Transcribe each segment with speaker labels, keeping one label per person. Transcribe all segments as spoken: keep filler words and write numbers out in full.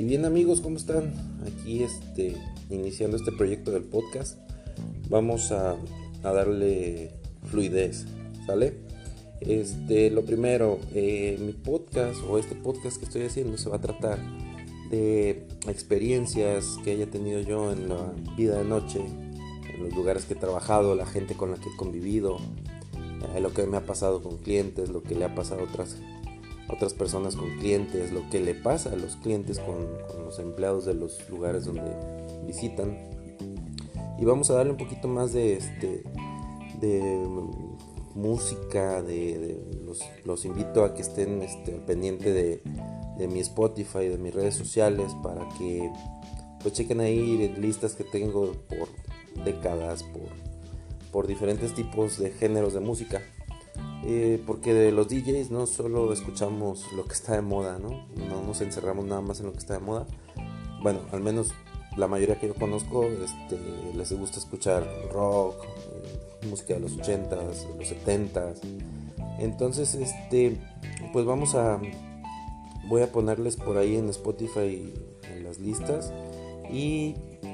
Speaker 1: bien amigos, ¿cómo están? Aquí este, iniciando este proyecto del podcast. Vamos a, a darle fluidez, ¿sale? Este, lo primero, eh, mi podcast o este podcast que estoy haciendo se va a tratar de experiencias que haya tenido yo en la vida de noche, en los lugares que he trabajado, la gente con la que he convivido, eh, lo que me ha pasado con clientes, lo que le ha pasado a otras otras personas con clientes, lo que le pasa a los clientes con, con los empleados de los lugares donde visitan. Y vamos a darle un poquito más de este de música, de, de los, los invito a que estén este, al pendiente de, de mi Spotify, de mis redes sociales, para que pues chequen ahí listas que tengo por décadas, por, por diferentes tipos de géneros de música. Eh, porque de los D Js no solo escuchamos lo que está de moda, ¿no? No nos encerramos nada más en lo que está de moda. Bueno, al menos la mayoría que yo conozco este, les gusta escuchar rock, eh, música de los ochentas, de los setentas. Entonces, este, pues vamos a, voy a ponerles por ahí en Spotify en las listas. Y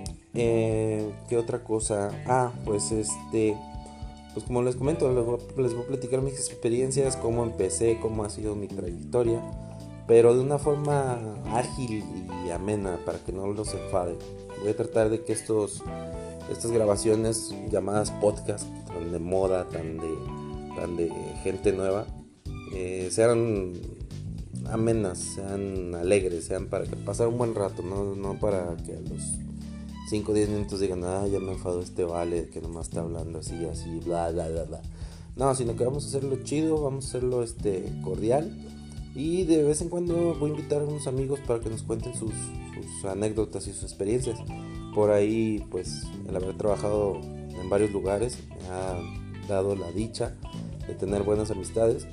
Speaker 1: eh, ¿qué otra cosa? Ah, pues este... Pues como les comento, les voy, a, les voy a platicar mis experiencias, cómo empecé, cómo ha sido mi trayectoria, pero de una forma ágil y amena para que no los enfade. Voy a tratar de que estos, estas grabaciones llamadas podcast, tan de moda, tan de, tan de gente nueva, eh, sean amenas, sean alegres, sean para que pasar un buen rato, no, no para que a los cinco o diez minutos digan, ah, ya me enfadó este vale que nomás está hablando así, así, bla, bla, bla, bla. No, sino que vamos a hacerlo chido, vamos a hacerlo este, cordial. Y de vez en cuando voy a invitar a unos amigos para que nos cuenten sus, sus anécdotas y sus experiencias. Por ahí, pues, el haber trabajado en varios lugares me ha dado la dicha de tener buenas amistades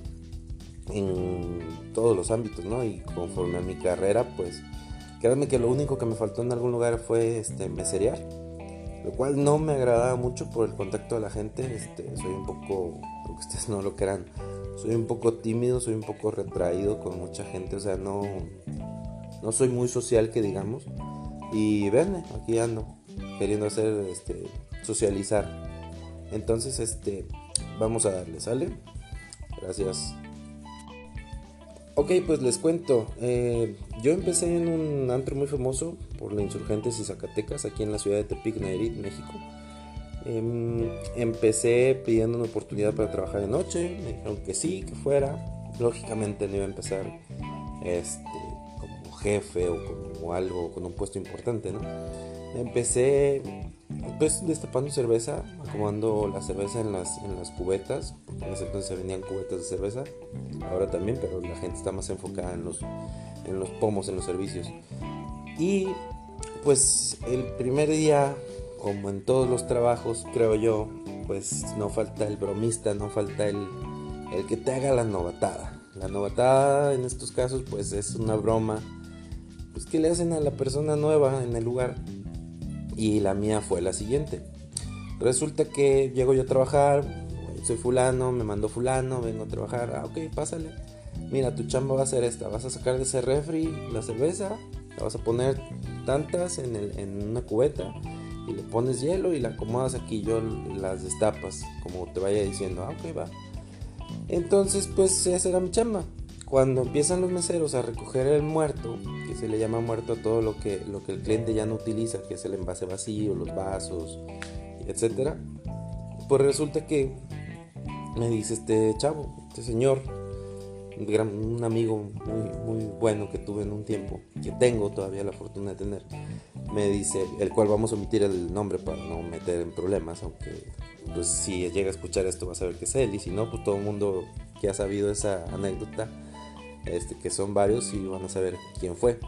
Speaker 1: en todos los ámbitos, ¿no? Y conforme a mi carrera, pues, créanme que lo único que me faltó en algún lugar fue este, meserear, lo cual no me agradaba mucho por el contacto de la gente. Este, soy un poco, aunque ustedes no lo crean, soy un poco tímido, soy un poco retraído con mucha gente, o sea, no, no soy muy social que digamos. Y véanme, aquí ando, queriendo hacer, este, socializar. Entonces, este, vamos a darle, ¿sale? Gracias. Ok, pues les cuento, eh, yo empecé en un antro muy famoso por la Insurgentes y Zacatecas, aquí en la ciudad de Tepic, Nayarit, México. Eh, empecé pidiendo una oportunidad para trabajar de noche, me dijeron que sí, que fuera. Lógicamente no iba a empezar este, como jefe o como algo con un puesto importante, ¿no? Empecé pues destapando cerveza, acomodando la cerveza en las, en las cubetas, porque en ese entonces se vendían cubetas de cerveza, ahora también, pero la gente está más enfocada en los, en los pomos, en los servicios. Y pues el primer día, como en todos los trabajos, creo yo, pues no falta el bromista, no falta el, el que te haga la novatada. La novatada en estos casos pues es una broma pues que le hacen a la persona nueva en el lugar. Y la mía fue la siguiente. Resulta que llego yo a trabajar, soy fulano, me mandó fulano, vengo a trabajar. Ah, ok, pásale. Mira, tu chamba va a ser esta. Vas a sacar de ese refri la cerveza, la vas a poner tantas en, el, en una cubeta y le pones hielo y la acomodas aquí. Yo las destapas, como te vaya diciendo. Ah, ok, va. Entonces, pues esa era mi chamba. Cuando empiezan los meseros a recoger el muerto, que se le llama muerto a todo lo que, lo que el cliente ya no utiliza, que es el envase vacío, los vasos, etcétera, pues resulta que me dice este chavo, este señor, un, gran, un amigo muy, muy bueno que tuve en un tiempo, que tengo todavía la fortuna de tener, me dice, el cual vamos a omitir el nombre para no meter en problemas, aunque pues si llega a escuchar esto va a saber que es él, y si no, pues todo el mundo que ha sabido esa anécdota, Este, que son varios y van a saber quién fue.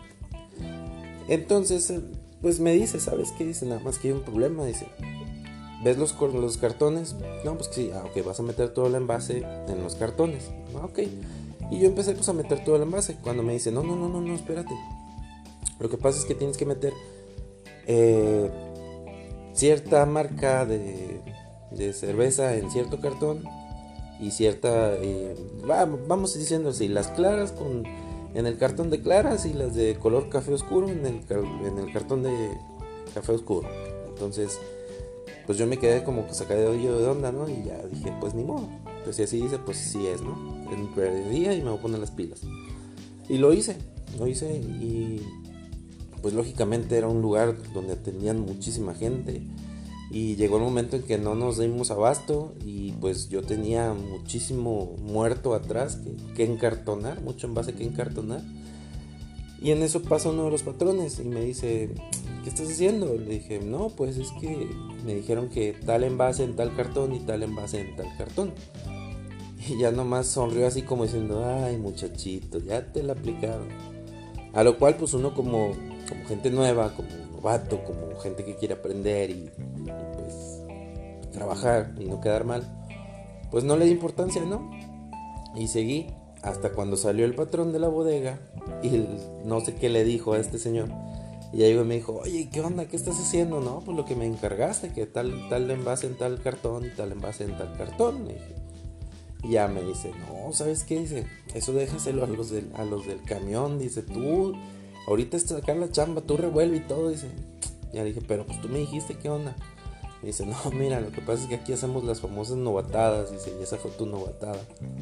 Speaker 1: Entonces pues me dice, ¿sabes qué? Dice, nada más que hay un problema. Dice, ¿ves los, los cartones? No, pues que sí. Ah, ok, vas a meter todo el envase en los cartones. Ah, ok. Y yo empecé pues a meter todo el envase. Cuando me dice, no, no, no, no, no, espérate, lo que pasa es que tienes que meter eh, cierta marca de, de cerveza en cierto cartón y cierta, eh, va, vamos diciendo así, las claras con en el cartón de claras y las de color café oscuro en el, en el cartón de café oscuro. Entonces, pues yo me quedé como que sacado de onda, ¿no? Y ya dije, pues ni modo. Pues si así dice, pues sí es, ¿no? Es mi primer día y me voy a poner las pilas. Y lo hice, lo hice y pues lógicamente era un lugar donde atendían muchísima gente. Y llegó el momento en que no nos dimos abasto y pues yo tenía muchísimo muerto atrás que, que encartonar, mucho envase que encartonar. Y en eso pasa uno de los patrones y me dice, ¿qué estás haciendo? Le dije, no, pues es que me dijeron que tal envase en tal cartón y tal envase en tal cartón. Y ya nomás sonrió así como diciendo, ay muchachito, ya te la aplicaron. A lo cual pues uno como, como gente nueva, como novato, como gente que quiere aprender y, y pues trabajar y no quedar mal, pues no le di importancia, ¿no? Y seguí hasta cuando salió el patrón de la bodega y el, no sé qué le dijo a este señor. Y ya llegó y me dijo, oye, ¿qué onda? ¿Qué estás haciendo? No, pues lo que me encargaste, que tal, tal envase en tal cartón y tal envase en tal cartón. Le dije. Y ya me dice, no, ¿sabes qué? Dice, eso déjaselo a los del, a los del camión. Dice, tú, ahorita está acá la chamba, tú revuelve y todo. Dice, ya dije, pero pues tú me dijiste, ¿qué onda? Me dice, no, mira, lo que pasa es que aquí hacemos las famosas novatadas. Dice, y esa fue tu novatada.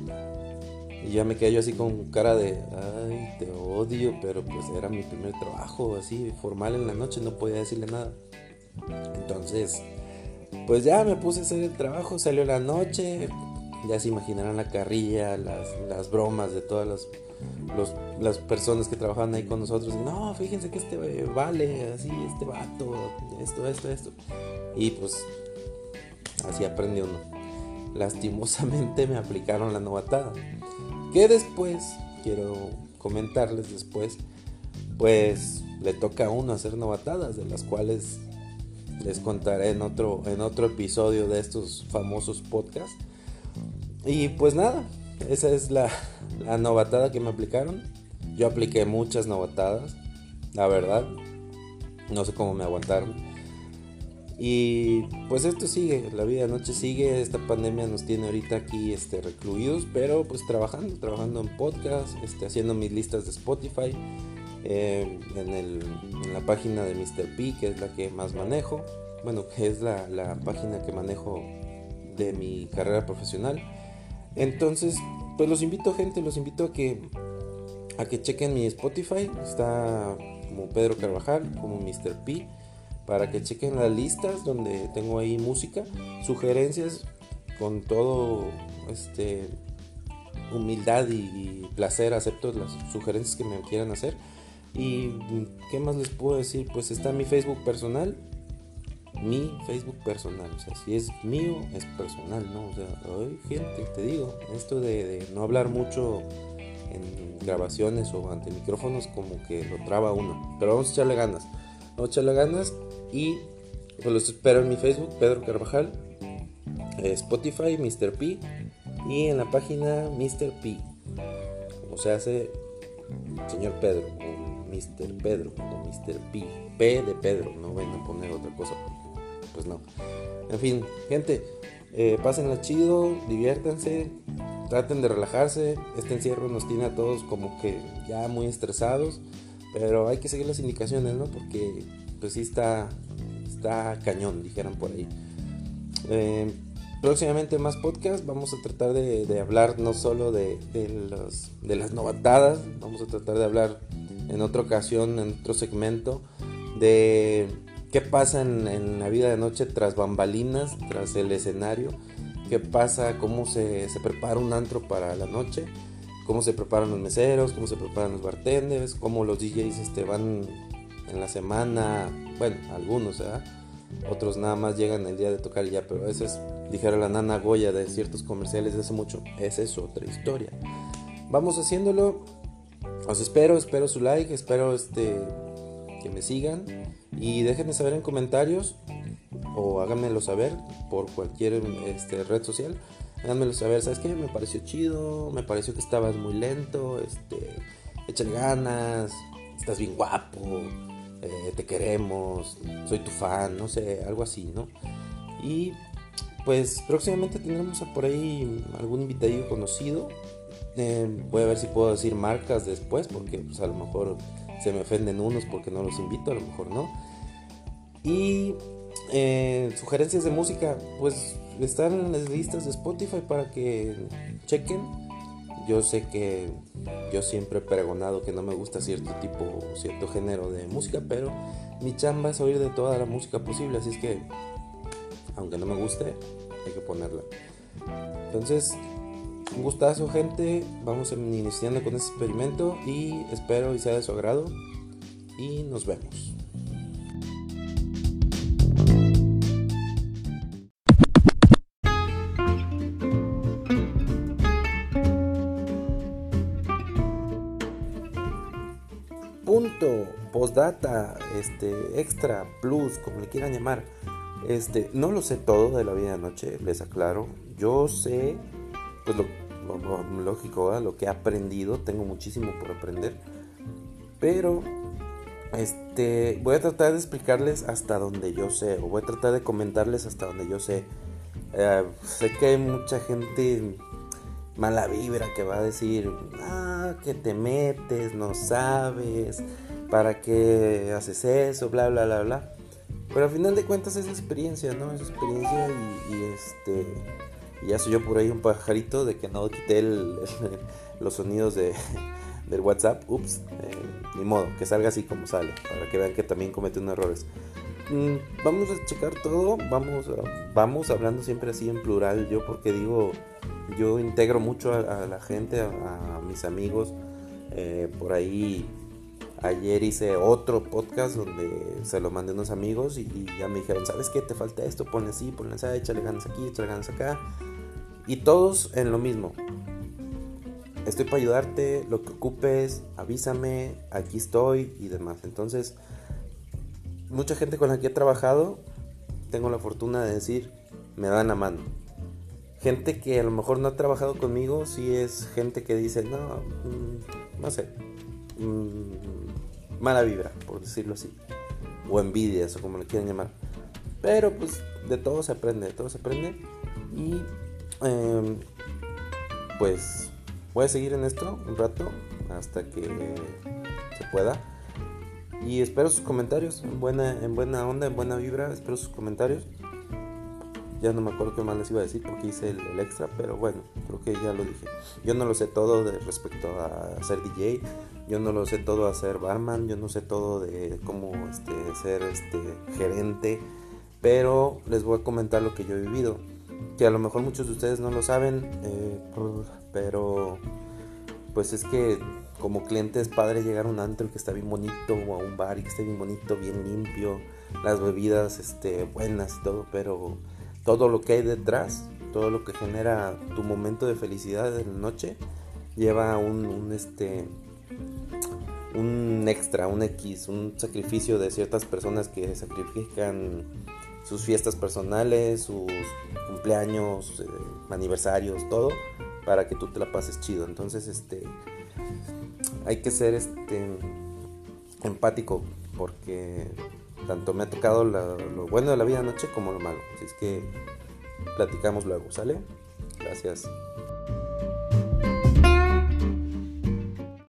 Speaker 1: Y ya me quedé yo así con cara de, ay, te odio, pero pues era mi primer trabajo, así, formal en la noche, no podía decirle nada. Entonces, pues ya me puse a hacer el trabajo, salió la noche, ya se imaginarán la carrilla, las, las bromas de todas las, los, las personas que trabajaban ahí con nosotros. No, fíjense que este vale, así, este vato, esto, esto, esto. Y pues, así aprendí uno. Lastimosamente me aplicaron la novatada. Que después, quiero comentarles después, pues le toca a uno hacer novatadas, de las cuales les contaré en otro, en otro episodio de estos famosos podcasts. Y pues nada, esa es la, la novatada que me aplicaron. Yo apliqué muchas novatadas, la verdad, no sé cómo me aguantaron. Y pues esto sigue, la vida de noche sigue, esta pandemia nos tiene ahorita aquí este, recluidos, pero pues trabajando, trabajando en podcast, este, haciendo mis listas de Spotify, eh, en, el, en la página de míster P, que es la que más manejo, bueno, que es la, la página que manejo de mi carrera profesional. Entonces, pues los invito, gente, los invito a que, a que chequen mi Spotify, está como Pedro Carvajal, como míster P, para que chequen las listas donde tengo ahí música, sugerencias, con todo este humildad y, y placer acepto las sugerencias que me quieran hacer. Y qué más les puedo decir, pues está mi Facebook personal, mi Facebook personal, o sea, si es mío es personal, ¿no? O sea, ay, gente, te digo, esto de, de no hablar mucho en grabaciones o ante micrófonos como que lo traba uno, pero vamos a echarle ganas. Vamos a echarle ganas y pues los espero en mi Facebook, Pedro Carvajal, eh, Spotify, míster P, y en la página míster P, como se hace señor Pedro, o míster Pedro, o míster P, P de Pedro, no vayan a poner otra cosa, pues no. En fin, gente, eh, pásenla chido, diviértanse, traten de relajarse. Este encierro nos tiene a todos como que ya muy estresados, pero hay que seguir las indicaciones, ¿no? Porque pues sí está, está cañón, dijeran por ahí. Eh, próximamente más podcast. Vamos a tratar de, de hablar no solo de, de, los, de las novatadas. Vamos a tratar de hablar en otra ocasión, en otro segmento, de qué pasa en, en la vida de noche tras bambalinas, tras el escenario. Qué pasa, cómo se, se prepara un antro para la noche, cómo se preparan los meseros, cómo se preparan los bartenders, cómo los D Js este, van en la semana, bueno, algunos, ¿verdad? Otros nada más llegan el día de tocar y ya, pero eso es, dijera la nana Goya de ciertos comerciales de hace mucho, esa es otra historia. Vamos haciéndolo, os espero, espero su like, espero este, que me sigan y déjenme saber en comentarios o háganmelo saber por cualquier este, red social. Háganmelo saber, ¿sabes qué? Me pareció chido, me pareció que estabas muy lento, este, échale ganas, estás bien guapo, eh, te queremos, soy tu fan, no sé, algo así, ¿no? Y pues próximamente tendremos por ahí algún invitadillo conocido. Eh, voy a ver si puedo decir marcas después, porque pues, a lo mejor se me ofenden unos porque no los invito, a lo mejor no. Y eh, sugerencias de música, pues están en las listas de Spotify para que chequen. Yo sé que yo siempre he pregonado que no me gusta cierto tipo, cierto género de música, pero mi chamba es oír de toda la música posible, así es que aunque no me guste, hay que ponerla. Entonces, un gustazo, gente. Vamos iniciando con este experimento y espero y sea de su agrado. Y nos vemos. Punto, postdata, este, extra, plus, como le quieran llamar. Este, no lo sé todo de la vida de noche, les aclaro. Yo sé, pues lo, lo, lo lógico, ¿eh? Lo que he aprendido, tengo muchísimo por aprender. Pero, este, voy a tratar de explicarles hasta donde yo sé, o voy a tratar de comentarles hasta donde yo sé. Eh, sé que hay mucha gente mala vibra que va a decir, ah, que te metes, no sabes, para qué haces eso, bla, bla, bla, bla. Pero al final de cuentas es experiencia, ¿no? Es experiencia y, y este... Y ya soy yo por ahí un pajarito de que no quité el, el, los sonidos de, del WhatsApp. Ups, eh, ni modo, que salga así como sale, para que vean que también comete unos errores. Mm, vamos a checar todo, vamos, vamos hablando siempre así en plural. Yo porque digo, yo integro mucho a, a la gente, a, a mis amigos. Eh, por ahí ayer hice otro podcast donde se lo mandé a unos amigos y, y ya me dijeron, ¿sabes qué? Te falta esto, ponle así, ponle así, échale ganas aquí, échale ganas acá. Y todos en lo mismo. Estoy para ayudarte, lo que ocupes, avísame, aquí estoy y demás. Entonces, mucha gente con la que he trabajado, tengo la fortuna de decir, me dan la mano. Gente que a lo mejor no ha trabajado conmigo, sí es gente que dice, no, mmm, no sé, mmm, mala vibra, por decirlo así. O envidias, o como le quieran llamar. Pero pues de todo se aprende, de todo se aprende. Y eh, pues voy a seguir en esto un rato, hasta que se pueda. Y espero sus comentarios, en buena, en buena onda, en buena vibra, espero sus comentarios. Ya no me acuerdo qué más les iba a decir porque hice el, el extra, pero bueno, creo que ya lo dije. Yo no lo sé todo de respecto a ser D J, yo no lo sé todo a ser barman, yo no sé todo de cómo este, ser este, gerente, pero les voy a comentar lo que yo he vivido, que a lo mejor muchos de ustedes no lo saben, eh, pero pues es que como cliente es padre llegar a un antro que está bien bonito, o a un bar y que esté bien bonito, bien limpio, las bebidas este, buenas y todo, pero todo lo que hay detrás, todo lo que genera tu momento de felicidad de la noche, lleva un, un este un extra, un X, un sacrificio de ciertas personas que sacrifican sus fiestas personales, sus cumpleaños, eh, aniversarios, todo, para que tú te la pases chido. Entonces, este, hay que ser este empático, porque tanto me ha tocado la, lo bueno de la vida anoche como lo malo. Así es que platicamos luego, ¿sale? Gracias.